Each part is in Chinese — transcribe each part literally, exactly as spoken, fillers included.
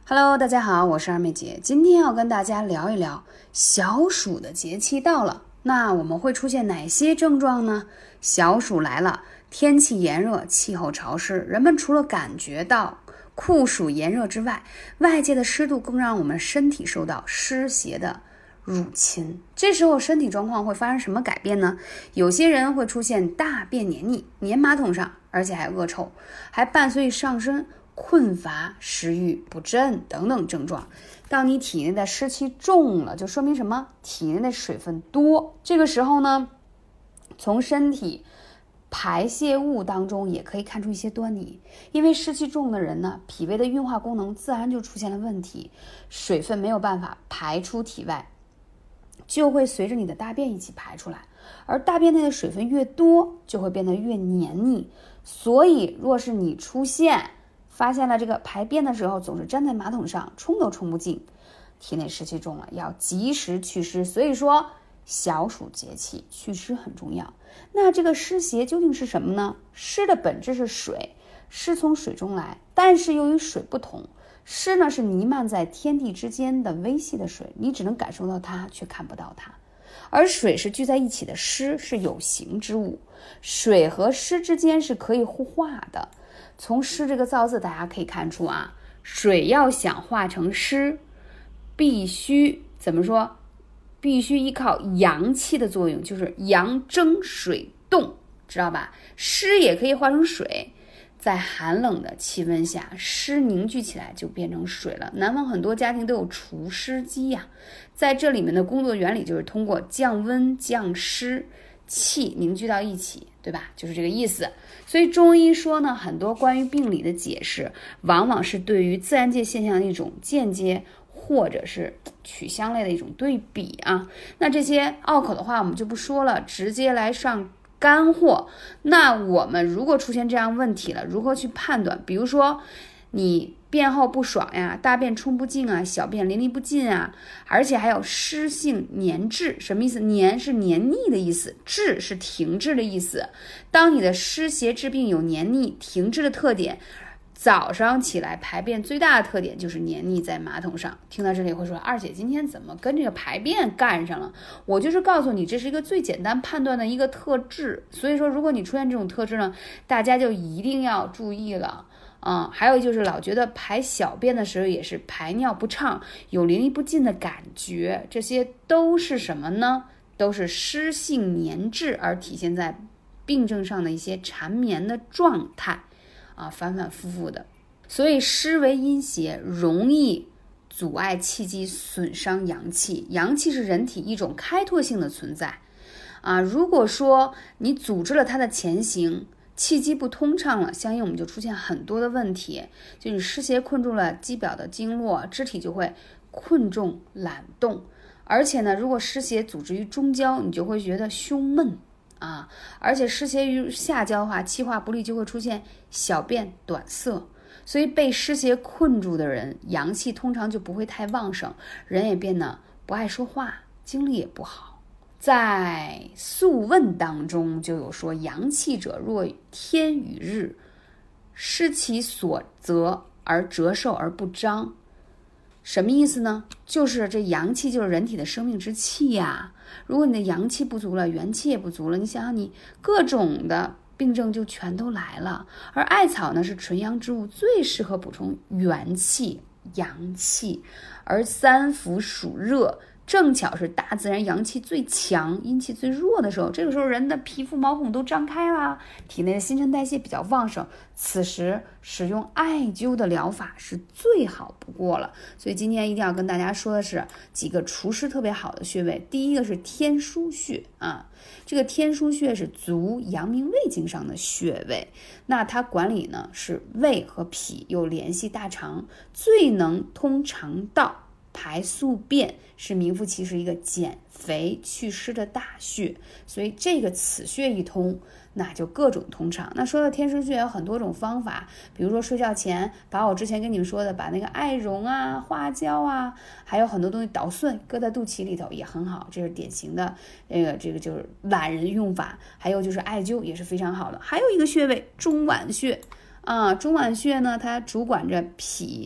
Hello， 大家好，我是二妹姐，今天要跟大家聊一聊小暑的节气到了，那我们会出现哪些症状呢？小暑来了，天气炎热，气候潮湿，人们除了感觉到酷暑炎热之外，外界的湿度更让我们身体受到湿邪的入侵。这时候身体状况会发生什么改变呢？有些人会出现大便黏腻，黏马桶上，而且还恶臭，还伴随上身困乏、食欲不振等等症状。当你体内的湿气重了，就说明什么？体内的水分多。这个时候呢，从身体排泄物当中也可以看出一些端倪。因为湿气重的人呢，脾胃的运化功能自然就出现了问题，水分没有办法排出体外，就会随着你的大便一起排出来，而大便内的水分越多，就会变得越黏腻。所以若是你出现发现了这个排便的时候总是站在马桶上，冲都冲不进，体内湿气重了，要及时祛湿。所以说小暑节气祛湿很重要。那这个湿邪究竟是什么呢？湿的本质是水，湿从水中来，但是由于水不同，湿呢是弥漫在天地之间的微细的水，你只能感受到它，却看不到它。而水是聚在一起的湿，是有形之物，水和湿之间是可以互化的。从湿这个造字大家可以看出啊，水要想化成湿，必须怎么说？必须依靠阳气的作用，就是阳蒸水冻，知道吧？湿也可以化成水，在寒冷的气温下，湿凝聚起来就变成水了。南方很多家庭都有除湿机呀、啊，在这里面的工作原理就是通过降温降湿，气凝聚到一起，对吧？就是这个意思。所以中医说呢，很多关于病理的解释往往是对于自然界现象的一种间接或者是取相类的一种对比啊。那这些拗口的话我们就不说了，直接来上干货。那我们如果出现这样问题了，如何去判断？比如说你便后不爽呀，大便冲不进啊，小便淋漓不尽啊，而且还有湿性黏滞。什么意思？黏是黏腻的意思，滞是停滞的意思。当你的湿邪治病有黏腻停滞的特点，早上起来排便最大的特点就是黏腻在马桶上。听到这里会说，二姐今天怎么跟这个排便干上了？我就是告诉你，这是一个最简单判断的一个特质。所以说如果你出现这种特质呢，大家就一定要注意了。嗯，还有就是老觉得排小便的时候也是排尿不畅，有淋漓不尽的感觉，这些都是什么呢？都是湿性黏滞而体现在病症上的一些缠绵的状态啊，反反复复的。所以湿为阴邪，容易阻碍气机，损伤阳气。阳气是人体一种开拓性的存在啊，如果说你阻滞了它的前行，气机不通畅了，相应我们就出现很多的问题，就是湿邪困住了肌表的经络，肢体就会困重懒动。而且呢，如果湿邪阻滞于中焦，你就会觉得胸闷啊，而且湿邪于下焦的话，气化不利，就会出现小便短涩。所以被湿邪困住的人，阳气通常就不会太旺盛，人也变得不爱说话，精力也不好。在《素问》当中就有说，阳气者若天与日，失其所责而折寿而不彰。什么意思呢？就是这阳气就是人体的生命之气呀、啊。如果你的阳气不足了，元气也不足了，你想想你各种的病症就全都来了。而艾草呢是纯阳之物，最适合补充元气阳气。而三伏属热，正巧是大自然阳气最强阴气最弱的时候，这个时候人的皮肤毛孔都张开了，体内的新陈代谢比较旺盛，此时使用艾灸的疗法是最好不过了。所以今天一定要跟大家说的是几个除湿特别好的穴位。第一个是天枢穴啊，这个天枢穴是足阳明胃经上的穴位，那它管理呢是胃和脾，又联系大肠，最能通肠道排宿便，是名副其实一个减肥祛湿的大穴。所以这个此穴一通，那就各种通畅。那说到天枢穴有很多种方法，比如说睡觉前把我之前跟你们说的，把那个艾绒啊、花椒啊，还有很多东西捣碎搁在肚脐里头也很好，这是典型的这个这个就是懒人用法。还有就是艾灸也是非常好的。还有一个穴位中脘穴啊，中脘穴呢它主管着脾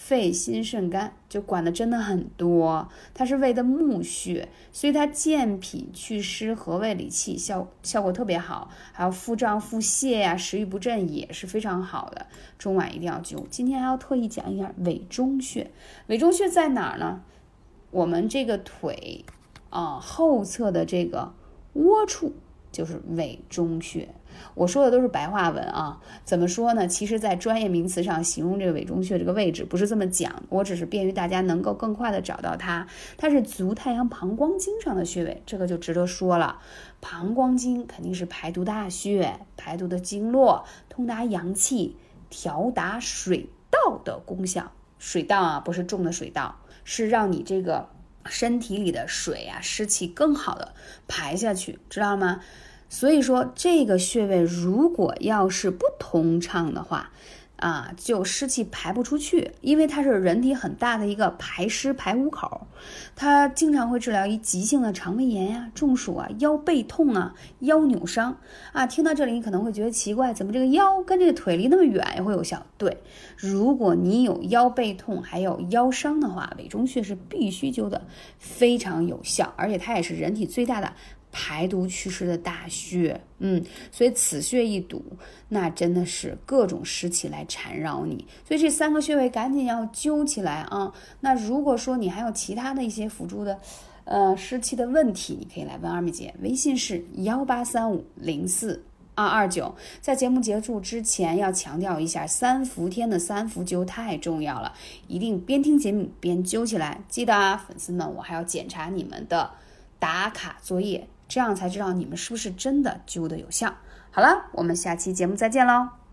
肺心肾肝，就管的真的很多。它是胃的募穴，所以它健脾祛湿和胃理气效效果特别好，还有腹胀腹泻呀、啊、食欲不振也是非常好的，中脘一定要灸。今天还要特意讲一下委中穴。委中穴在哪儿呢？我们这个腿啊后侧的这个窝处就是委中穴。我说的都是白话文啊，怎么说呢？其实在专业名词上形容这个委中穴这个位置不是这么讲，我只是便于大家能够更快的找到它。它是足太阳膀胱经上的穴位，这个就值得说了。膀胱经肯定是排毒大穴，排毒的经络，通达阳气，调达水道的功效。水道啊，不是重的水道，是让你这个身体里的水啊湿气更好的排下去，知道吗？所以说这个穴位如果要是不通畅的话啊，就湿气排不出去，因为它是人体很大的一个排湿排污口，它经常会治疗一急性的肠胃炎呀、中暑啊、腰背痛啊、腰扭伤啊。听到这里你可能会觉得奇怪，怎么这个腰跟这个腿离那么远也会有效？对，如果你有腰背痛还有腰伤的话，委中穴是必须灸的，非常有效，而且它也是人体最大的排毒祛湿的大穴，嗯，所以此穴一堵，那真的是各种湿气来缠绕你，所以这三个穴位赶紧要灸起来啊！那如果说你还有其他的一些辅助的，呃，湿气的问题，你可以来问二妹姐，微信是幺八三五零四二二九。在节目结束之前，要强调一下，三伏天的三伏灸太重要了，一定边听节目边灸起来。记得啊，粉丝们，我还要检查你们的打卡作业。这样才知道你们是不是真的灸的有效。好了，我们下期节目再见喽。